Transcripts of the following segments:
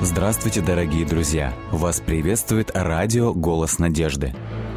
Здравствуйте, дорогие друзья! Вас приветствует радио «Голос надежды».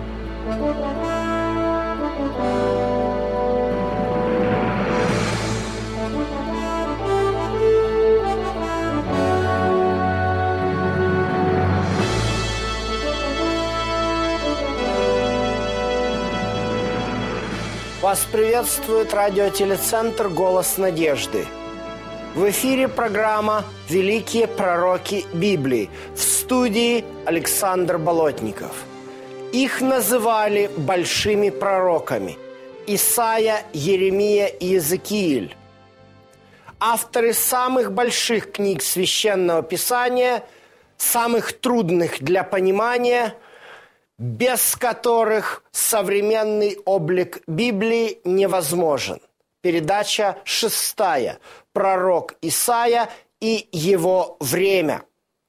Вас приветствует радиотелецентр «Голос надежды». В эфире программа «Великие пророки Библии». В студии Александр Болотников. Их называли большими пророками – Исаия, Еремия и Иезекииль. Авторы самых больших книг Священного Писания, самых трудных для понимания, без которых современный облик Библии невозможен. Передача 6. Пророк Исаия и его время.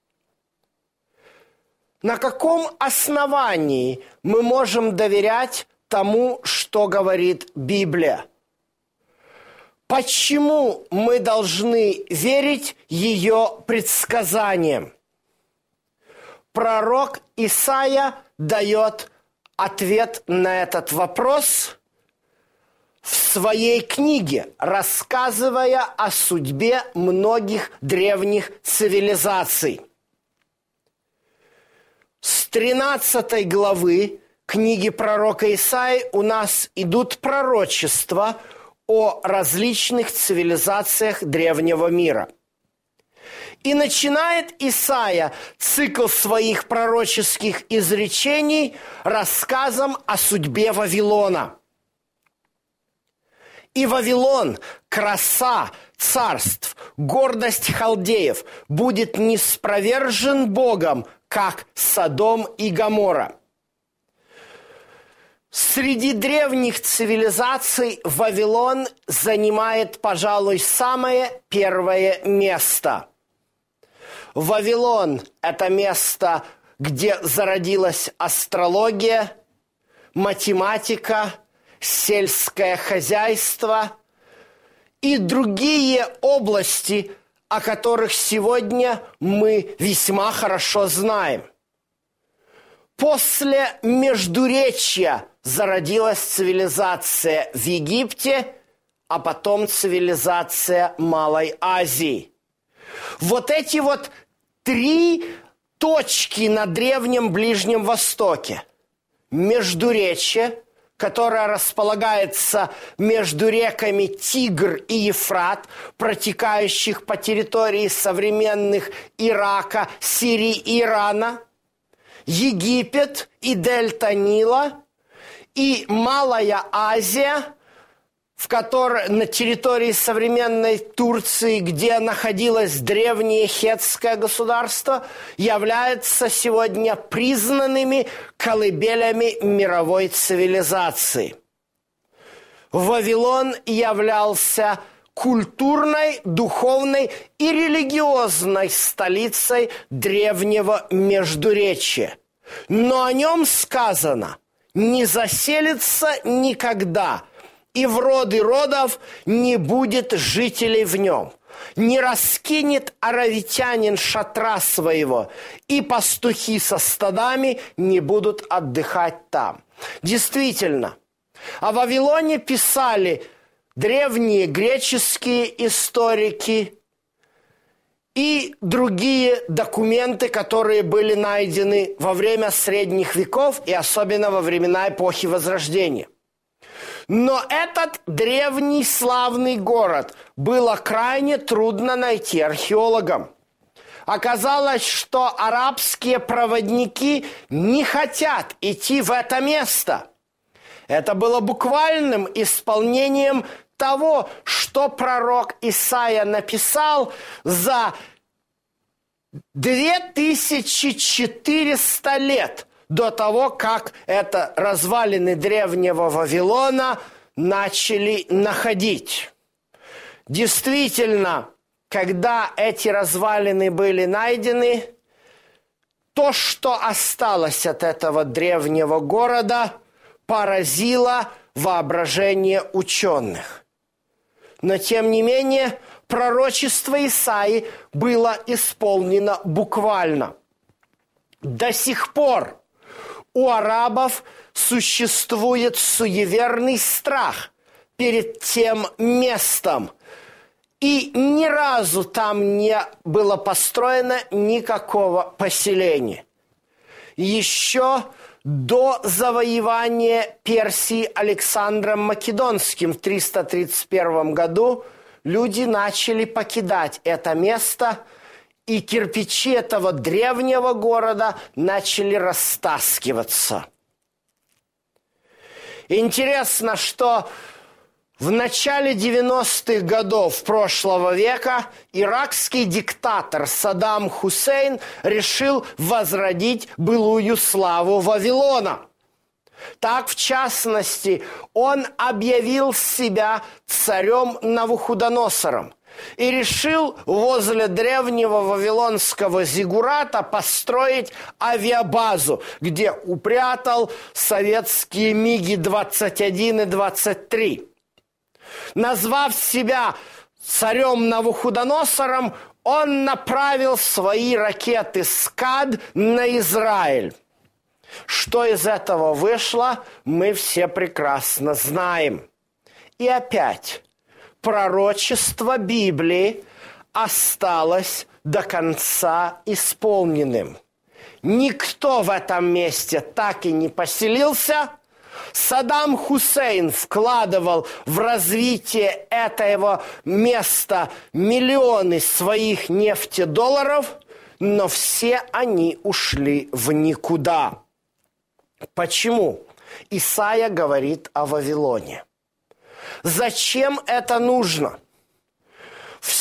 На каком основании мы можем доверять тому, что говорит Библия? Почему мы должны верить ее предсказаниям? Пророк Исаия дает ответ на этот вопрос в своей книге, рассказывая о судьбе многих древних цивилизаций. С 13 главы книги пророка Исаии у нас идут пророчества о различных цивилизациях древнего мира. И начинает Исаия цикл своих пророческих изречений рассказом о судьбе Вавилона. И Вавилон, краса царств, гордость халдеев, будет ниспровержен Богом, как Содом и Гоморра. Среди древних цивилизаций Вавилон занимает, пожалуй, самое первое место. Вавилон – это место, где зародилась астрология, математика, сельское хозяйство и другие области, о которых сегодня мы весьма хорошо знаем. После Междуречья зародилась цивилизация в Египте, а потом цивилизация Малой Азии. Вот эти вот 3 точки на Древнем Ближнем Востоке. Междуречье, которая располагается между реками Тигр и Ефрат, протекающих по территории современных Ирака, Сирии и Ирана, Египет и дельта Нила, и Малая Азия, на территории современной Турции, где находилось древнее хеттское государство, являются сегодня признанными колыбелями мировой цивилизации. Вавилон являлся культурной, духовной и религиозной столицей древнего Междуречья. Но о нем сказано: «Не заселится никогда, и в роды родов не будет жителей в нем. Не раскинет аравитянин шатра своего, и пастухи со стадами не будут отдыхать там». Действительно, о Вавилоне писали древние греческие историки и другие документы, которые были найдены во время Средних веков и особенно во времена эпохи Возрождения. Но этот древний славный город было крайне трудно найти археологам. Оказалось, что арабские проводники не хотят идти в это место. Это было буквальным исполнением того, что пророк Исаия написал за 2400 лет до того, как это развалины древнего Вавилона начали находить. Действительно, когда эти развалины были найдены, то, что осталось от этого древнего города, поразило воображение ученых. Но, тем не менее, пророчество Исаии было исполнено буквально. До сих пор у арабов существует суеверный страх перед тем местом, и ни разу там не было построено никакого поселения. Еще до завоевания Персии Александром Македонским в 331 году люди начали покидать это место, и кирпичи этого древнего города начали растаскиваться. Интересно, что в начале 90-х годов прошлого века иракский диктатор Саддам Хусейн решил возродить былую славу Вавилона. Так, в частности, он объявил себя царем Навуходоносором и решил возле древнего вавилонского зиггурата построить авиабазу, где упрятал советские МиГи-21 и 23. Назвав себя царем Навуходоносором, он направил свои ракеты «Скад» на Израиль. Что из этого вышло, мы все прекрасно знаем. И опять, пророчество Библии осталось до конца исполненным. Никто в этом месте так и не поселился. Саддам Хусейн вкладывал в развитие этого места миллионы своих нефтедолларов, но все они ушли в никуда. Почему Исаия говорит о Вавилоне? Зачем это нужно? В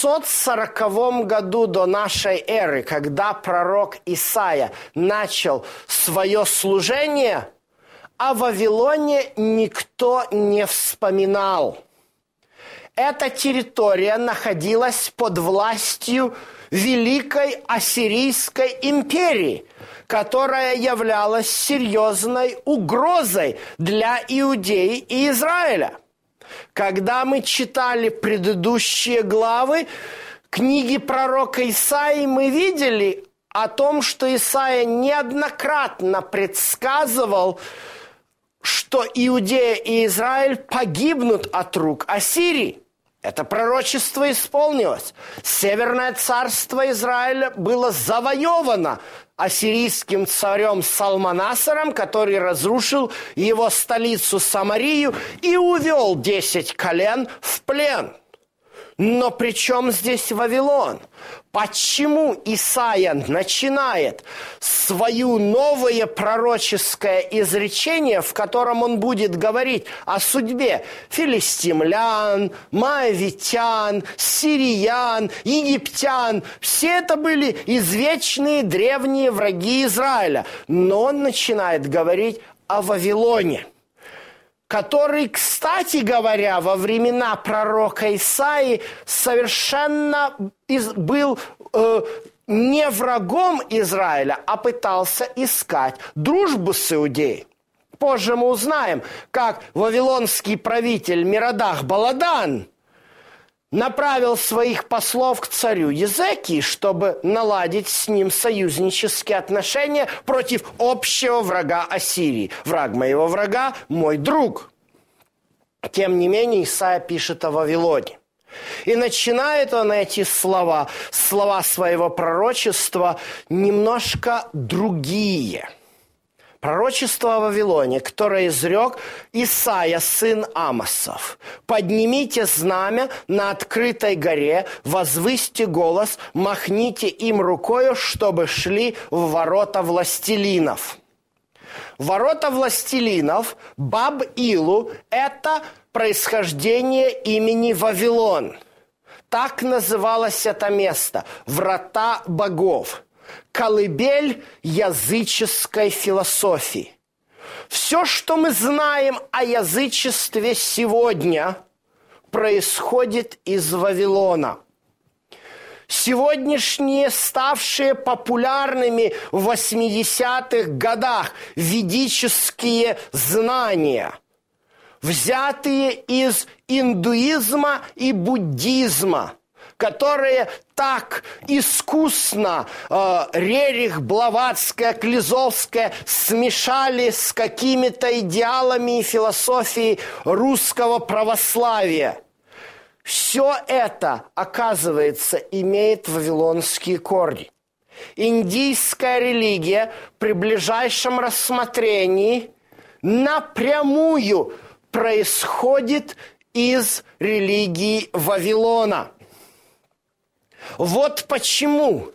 740 году до нашей эры, когда пророк Исаия начал свое служение, о Вавилоне никто не вспоминал. Эта территория находилась под властью Великой Ассирийской империи, которая являлась серьезной угрозой для Иудеи и Израиля. Когда мы читали предыдущие главы книги пророка Исаии, мы видели о том, что Исаия неоднократно предсказывал, что Иудея и Израиль погибнут от рук Ассирии. Это пророчество исполнилось. Северное царство Израиля было завоевано ассирийским царем Салманасаром, который разрушил его столицу Самарию и увел 10 колен в плен. Но при чем здесь Вавилон? Почему Исаия начинает свое новое пророческое изречение, в котором он будет говорить о судьбе филистимлян, моавитян, сириян, египтян? Все это были извечные древние враги Израиля. Но он начинает говорить о Вавилоне, который, кстати говоря, во времена пророка Исаии совершенно был не врагом Израиля, а пытался искать дружбу с Иудеей. Позже мы узнаем, как вавилонский правитель Мирадах-Баладан направил своих послов к царю Езекии, чтобы наладить с ним союзнические отношения против общего врага Ассирии. Враг моего врага – мой друг. Тем не менее, Исаия пишет о Вавилоне. И начинает он эти слова своего пророчества, немножко другие. Пророчество о Вавилоне, которое изрек Исаия, сын Амосов. «Поднимите знамя на открытой горе, возвысьте голос, махните им рукою, чтобы шли в ворота властелинов». Ворота властелинов, Баб-Илу, это происхождение имени Вавилон. Так называлось это место – врата богов. Колыбель языческой философии. Все, что мы знаем о язычестве сегодня, происходит из Вавилона. Сегодняшние, ставшие популярными в 80-х годах ведические знания, взятые из индуизма и буддизма, которые так искусно Рерих, Блаватская, Клизовская смешали с какими-то идеалами и философией русского православия. Все это, оказывается, имеет вавилонские корни. Индийская религия при ближайшем рассмотрении напрямую происходит из религии Вавилона. Вот почему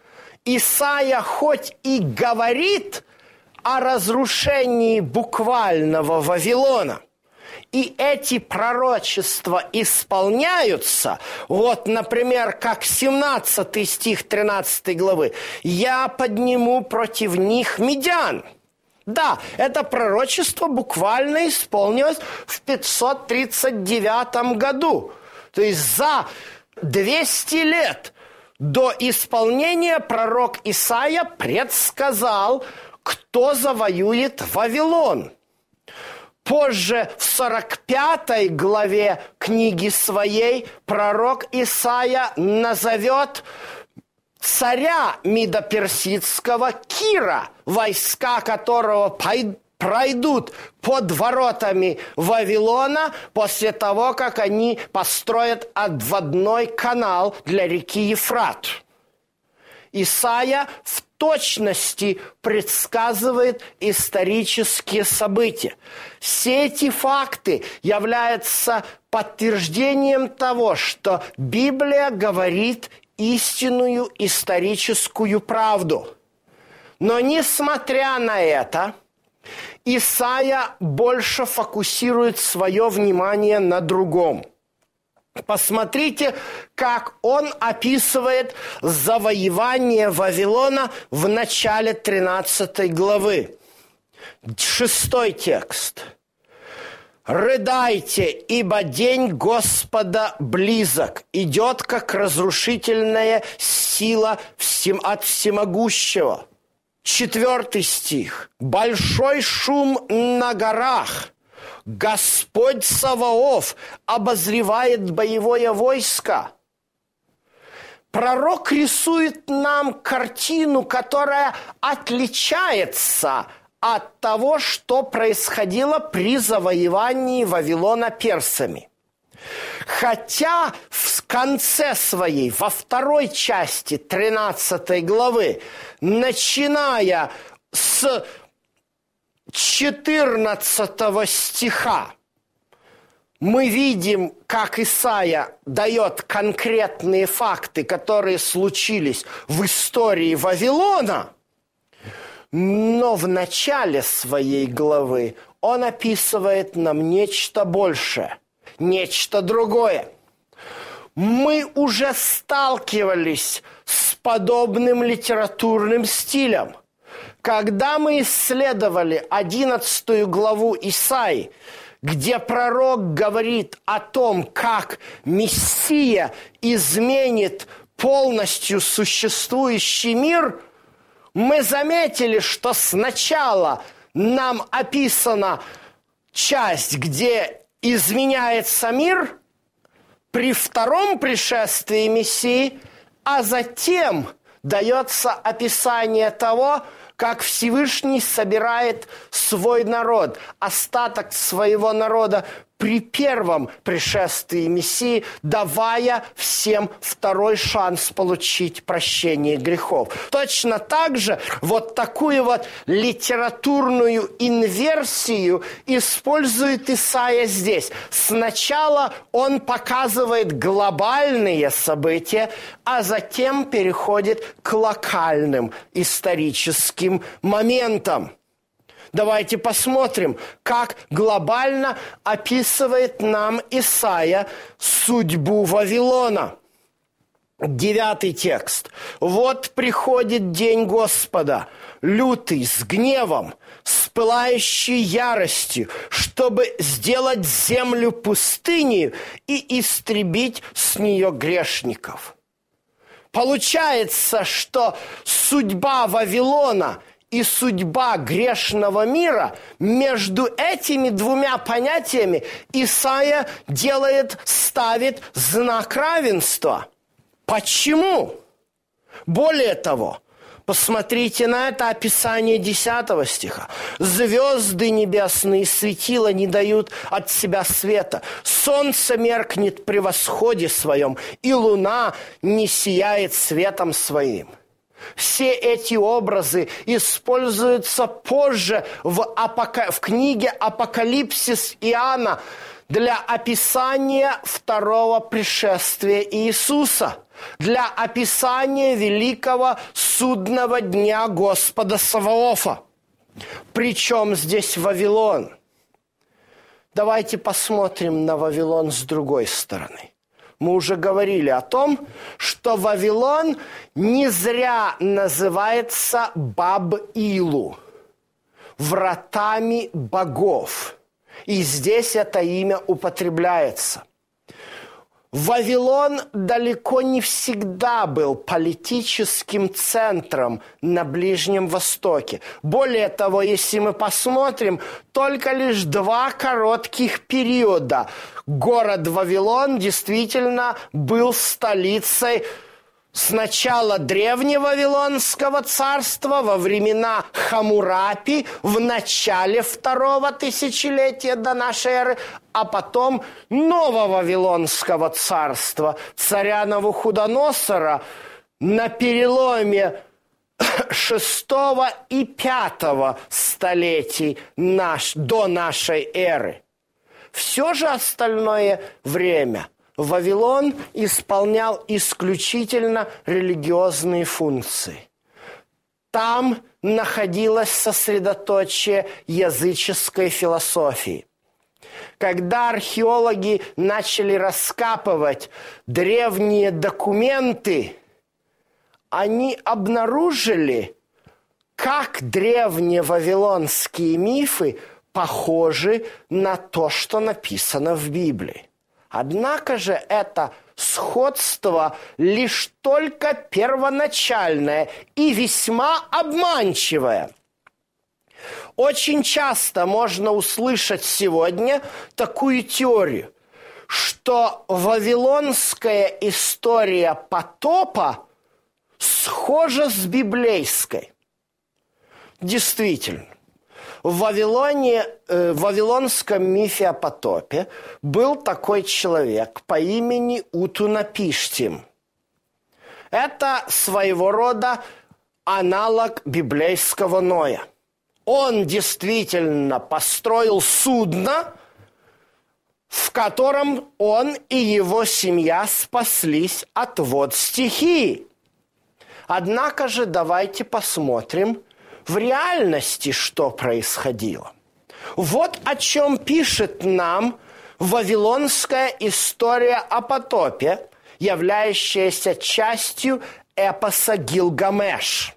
Исаия хоть и говорит о разрушении буквального Вавилона, и эти пророчества исполняются, вот, например, как 17 стих 13 главы, «Я подниму против них медян». Да, это пророчество буквально исполнилось в 539 году. То есть за 200 лет до исполнения пророк Исаия предсказал, кто завоюет Вавилон. Позже, в 45 главе книги своей, пророк Исаия назовет царя Медоперсидского Кира, войска которого пройдут под воротами Вавилона после того, как они построят отводной канал для реки Ефрат. Исаия в точности предсказывает исторические события. Все эти факты являются подтверждением того, что Библия говорит истинную историческую правду. Но несмотря на это, Исаия больше фокусирует свое внимание на другом. Посмотрите, как он описывает завоевание Вавилона в начале 13 главы. 6 текст. «Рыдайте, ибо день Господа близок, идет, как разрушительная сила от всемогущего». 4 стих. «Большой шум на горах. Господь Саваоф обозревает боевое войско». Пророк рисует нам картину, которая отличается от того, что происходило при завоевании Вавилона персами. Хотя в конце своей, во второй части 13 главы, начиная с 14 стиха, мы видим, как Исаия дает конкретные факты, которые случились в истории Вавилона, но в начале своей главы он описывает нам нечто большее, нечто другое. Мы уже сталкивались с подобным литературным стилем. Когда мы исследовали 11 главу Исаии, где пророк говорит о том, как Мессия изменит полностью существующий мир, мы заметили, что сначала нам описана часть, где изменяется мир при втором пришествии Мессии, а затем дается описание того, как Всевышний собирает свой народ, остаток своего народа при первом пришествии Мессии, давая всем второй шанс получить прощение грехов. Точно так же вот такую вот литературную инверсию использует Исаия здесь. Сначала он показывает глобальные события, а затем переходит к локальным историческим моментам. Давайте посмотрим, как глобально описывает нам Исаия судьбу Вавилона. 9 текст. «Вот приходит день Господа, лютый, с гневом, с пылающей яростью, чтобы сделать землю пустыней и истребить с нее грешников». Получается, что судьба Вавилона и судьба грешного мира, между этими двумя понятиями Исаия ставит знак равенства. Почему? Более того, посмотрите на это описание 10 стиха. «Звезды небесные, светила не дают от себя света, солнце меркнет при восходе своем, и луна не сияет светом своим». Все эти образы используются позже в книге «Апокалипсис» Иоанна для описания второго пришествия Иисуса, для описания великого судного дня Господа Саваофа. Причем здесь Вавилон? Давайте посмотрим на Вавилон с другой стороны. Мы уже говорили о том, что Вавилон не зря называется Баб-Илу, вратами богов. И здесь это имя употребляется. Вавилон далеко не всегда был политическим центром на Ближнем Востоке. Более того, если мы посмотрим, только лишь 2 коротких периода город Вавилон действительно был столицей сначала древнего Вавилонского царства во времена Хаммурапи в начале 2-го тысячелетия до нашей эры, а потом нового Вавилонского царства царя Навуходоносора на переломе 6 и 5 столетий до нашей эры. Все же остальное время Вавилон исполнял исключительно религиозные функции. Там находилось сосредоточие языческой философии. Когда археологи начали раскапывать древние документы, они обнаружили, как древние вавилонские мифы похожи на то, что написано в Библии. Однако же это сходство лишь только первоначальное и весьма обманчивое. Очень часто можно услышать сегодня такую теорию, что вавилонская история потопа схожа с библейской. Действительно. В вавилонском мифе о потопе был такой человек по имени Утунапиштим. Это своего рода аналог библейского Ноя. Он действительно построил судно, в котором он и его семья спаслись от вод стихии. Однако же давайте посмотрим в реальности, что происходило. Вот о чем пишет нам вавилонская история о потопе, являющаяся частью эпоса Гилгамеш.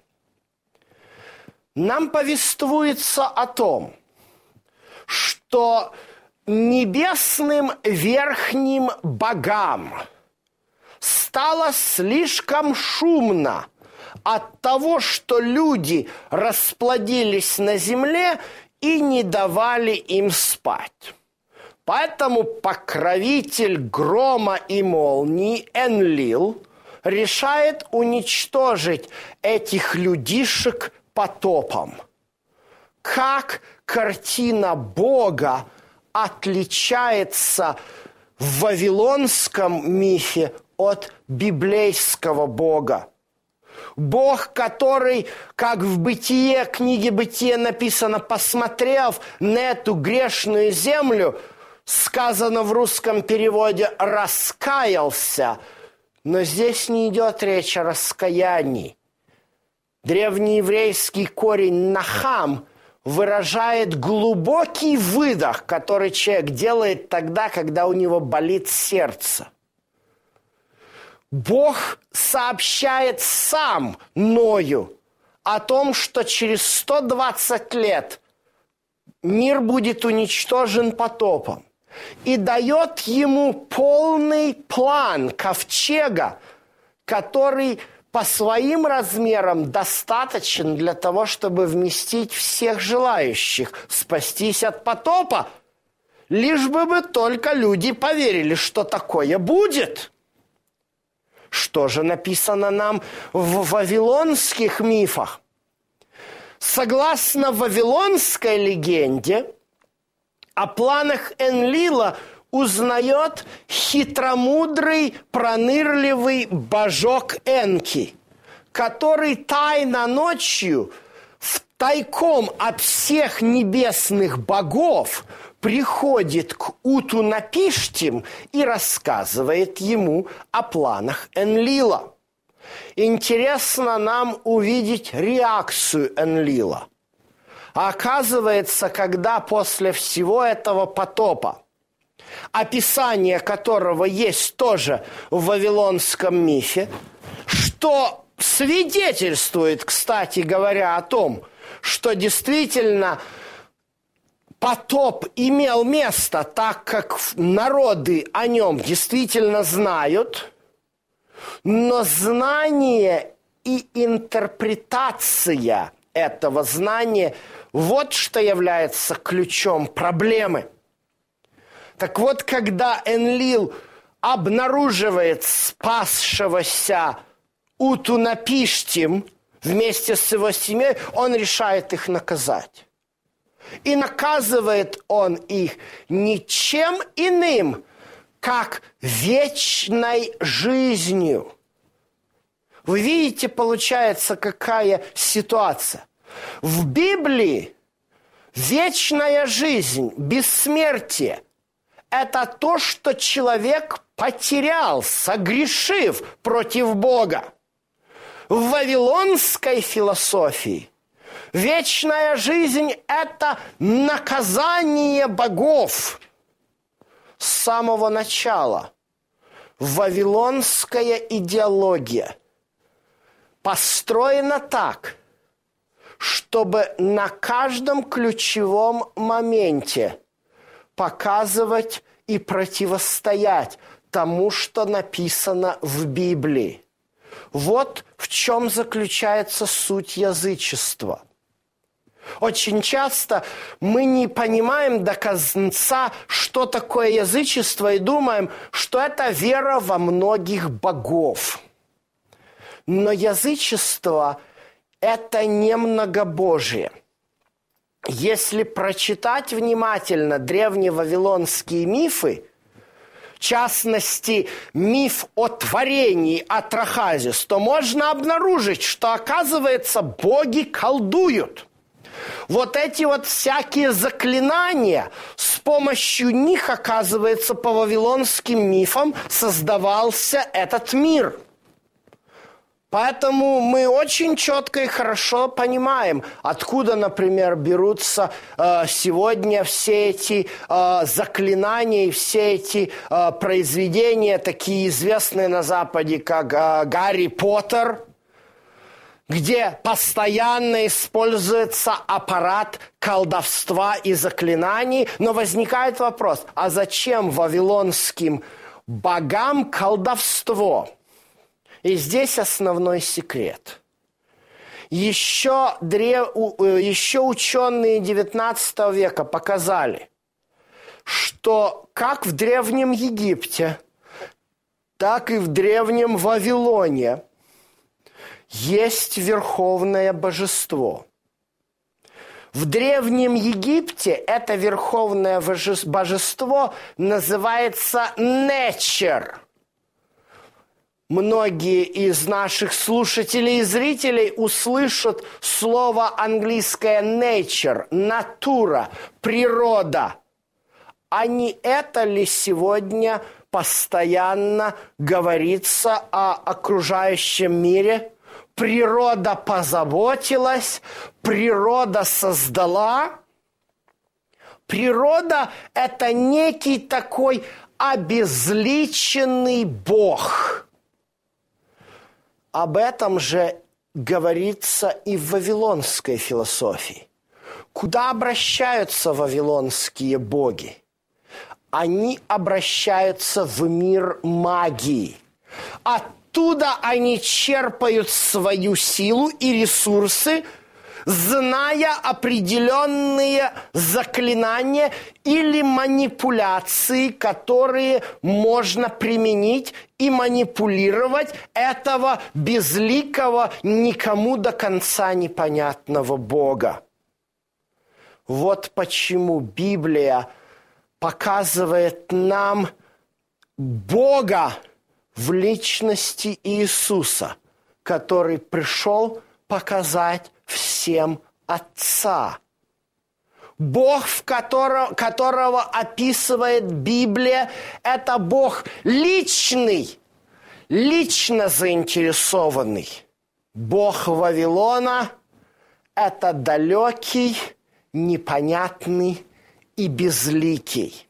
Нам повествуется о том, что небесным верхним богам стало слишком шумно от того, что люди расплодились на земле и не давали им спать. Поэтому покровитель грома и молнии Энлил решает уничтожить этих людишек потопом. Как картина Бога отличается в вавилонском мифе от библейского Бога? Бог, который, как в Бытие, книге Бытие написано, посмотрев на эту грешную землю, сказано в русском переводе, раскаялся. Но здесь не идет речь о раскаянии. Древнееврейский корень «нахам» выражает глубокий выдох, который человек делает тогда, когда у него болит сердце. Бог сообщает сам Ною о том, что через 120 лет мир будет уничтожен потопом, и дает ему полный план ковчега, который по своим размерам достаточен для того, чтобы вместить всех желающих спастись от потопа, лишь бы только люди поверили, что такое будет. Что же написано нам в вавилонских мифах? Согласно вавилонской легенде, о планах Энлила узнает хитромудрый, пронырливый божок Энки, который тайно ночью тайком от всех небесных богов приходит к Уту-Напиштим и рассказывает ему о планах Энлила. Интересно нам увидеть реакцию Энлила. А оказывается, когда после всего этого потопа, описание которого есть тоже в вавилонском мифе, что свидетельствует, кстати говоря, о том, что действительно потоп имел место, так как народы о нем действительно знают, но знание и интерпретация этого знания – вот что является ключом проблемы. Так вот, когда Энлил обнаруживает спасшегося Уту-Напиштим вместе с его семьей, он решает их наказать. И наказывает он их ничем иным, как вечной жизнью. Вы видите, получается, какая ситуация. В Библии вечная жизнь, бессмертие – это то, что человек потерял, согрешив против Бога. В вавилонской философии вечная жизнь – это наказание богов. С самого начала вавилонская идеология построена так, чтобы на каждом ключевом моменте показывать и противостоять тому, что написано в Библии. Вот в чем заключается суть язычества. Очень часто мы не понимаем до конца, что такое язычество, и думаем, что это вера во многих богов. Но язычество – это не многобожие. Если прочитать внимательно древневавилонские мифы, в частности, миф о творении Атрахазис, то можно обнаружить, что, оказывается, боги колдуют. Вот эти вот всякие заклинания, с помощью них, оказывается, по вавилонским мифам создавался этот мир. Поэтому мы очень четко и хорошо понимаем, откуда, например, берутся сегодня все эти заклинания и все эти произведения, такие известные на Западе, как «Гарри Поттер», где постоянно используется аппарат колдовства и заклинаний. Но возникает вопрос, а зачем вавилонским богам колдовство? И здесь основной секрет. Еще ученые XIX века показали, что как в Древнем Египте, так и в Древнем Вавилоне есть верховное божество. В Древнем Египте это верховное божество называется Нечер. Многие из наших слушателей и зрителей услышат слово английское nature, натура, природа. А не это ли сегодня постоянно говорится о окружающем мире? Природа позаботилась, природа создала. Природа – это некий такой обезличенный Бог. Об этом же говорится и в вавилонской философии. Куда обращаются вавилонские боги? Они обращаются в мир магии. Оттуда они черпают свою силу и ресурсы зная определенные заклинания или манипуляции, которые можно применить и манипулировать этого безликого, никому до конца непонятного Бога. Вот почему Библия показывает нам Бога в личности Иисуса, который пришел показать всем Отца. Бог, которого описывает Библия, это Бог личный, лично заинтересованный. Бог Вавилона – это далекий, непонятный и безликий.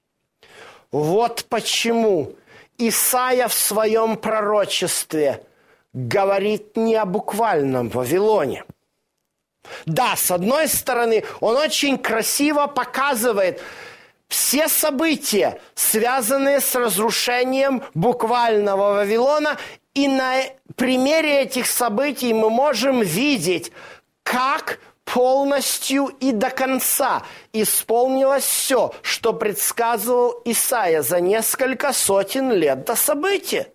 Вот почему Исаия в своем пророчестве говорит не о буквальном Вавилоне. Да, с одной стороны, он очень красиво показывает все события, связанные с разрушением буквального Вавилона, и на примере этих событий мы можем видеть, как полностью и до конца исполнилось все, что предсказывал Исаия за несколько сотен лет до события.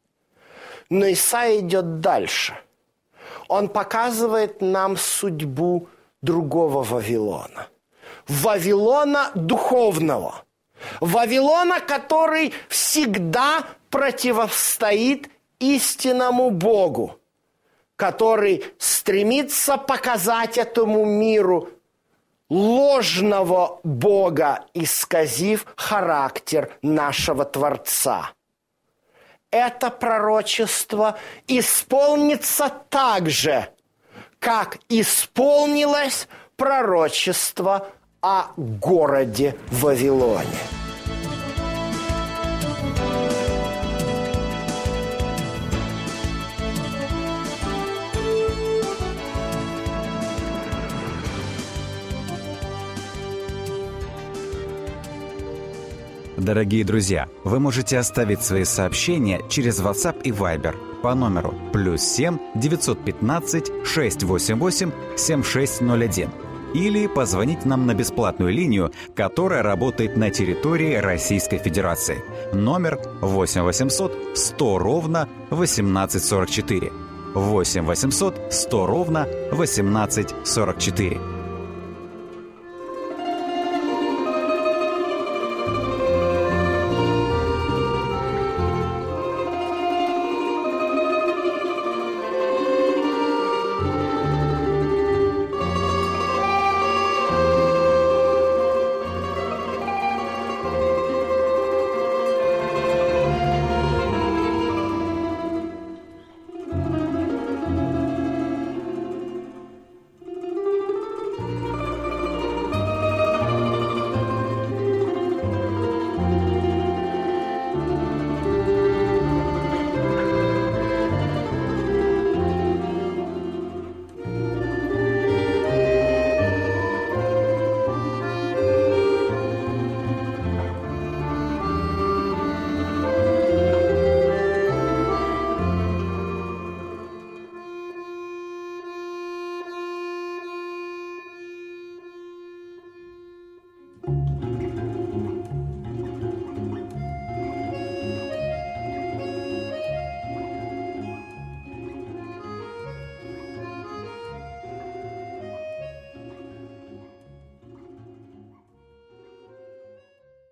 Но Исаия идет дальше. Он показывает нам судьбу другого Вавилона. Вавилона духовного. Вавилона, который всегда противостоит истинному Богу, который стремится показать этому миру ложного Бога, исказив характер нашего Творца. Это пророчество исполнится так же, как исполнилось пророчество о городе Вавилоне. Дорогие друзья, вы можете оставить свои сообщения через WhatsApp и Viber по номеру +7 915 688 7601 или позвонить нам на бесплатную линию, которая работает на территории Российской Федерации. Номер 8 800 100 ровно 1844. 8 800 100 ровно 1844.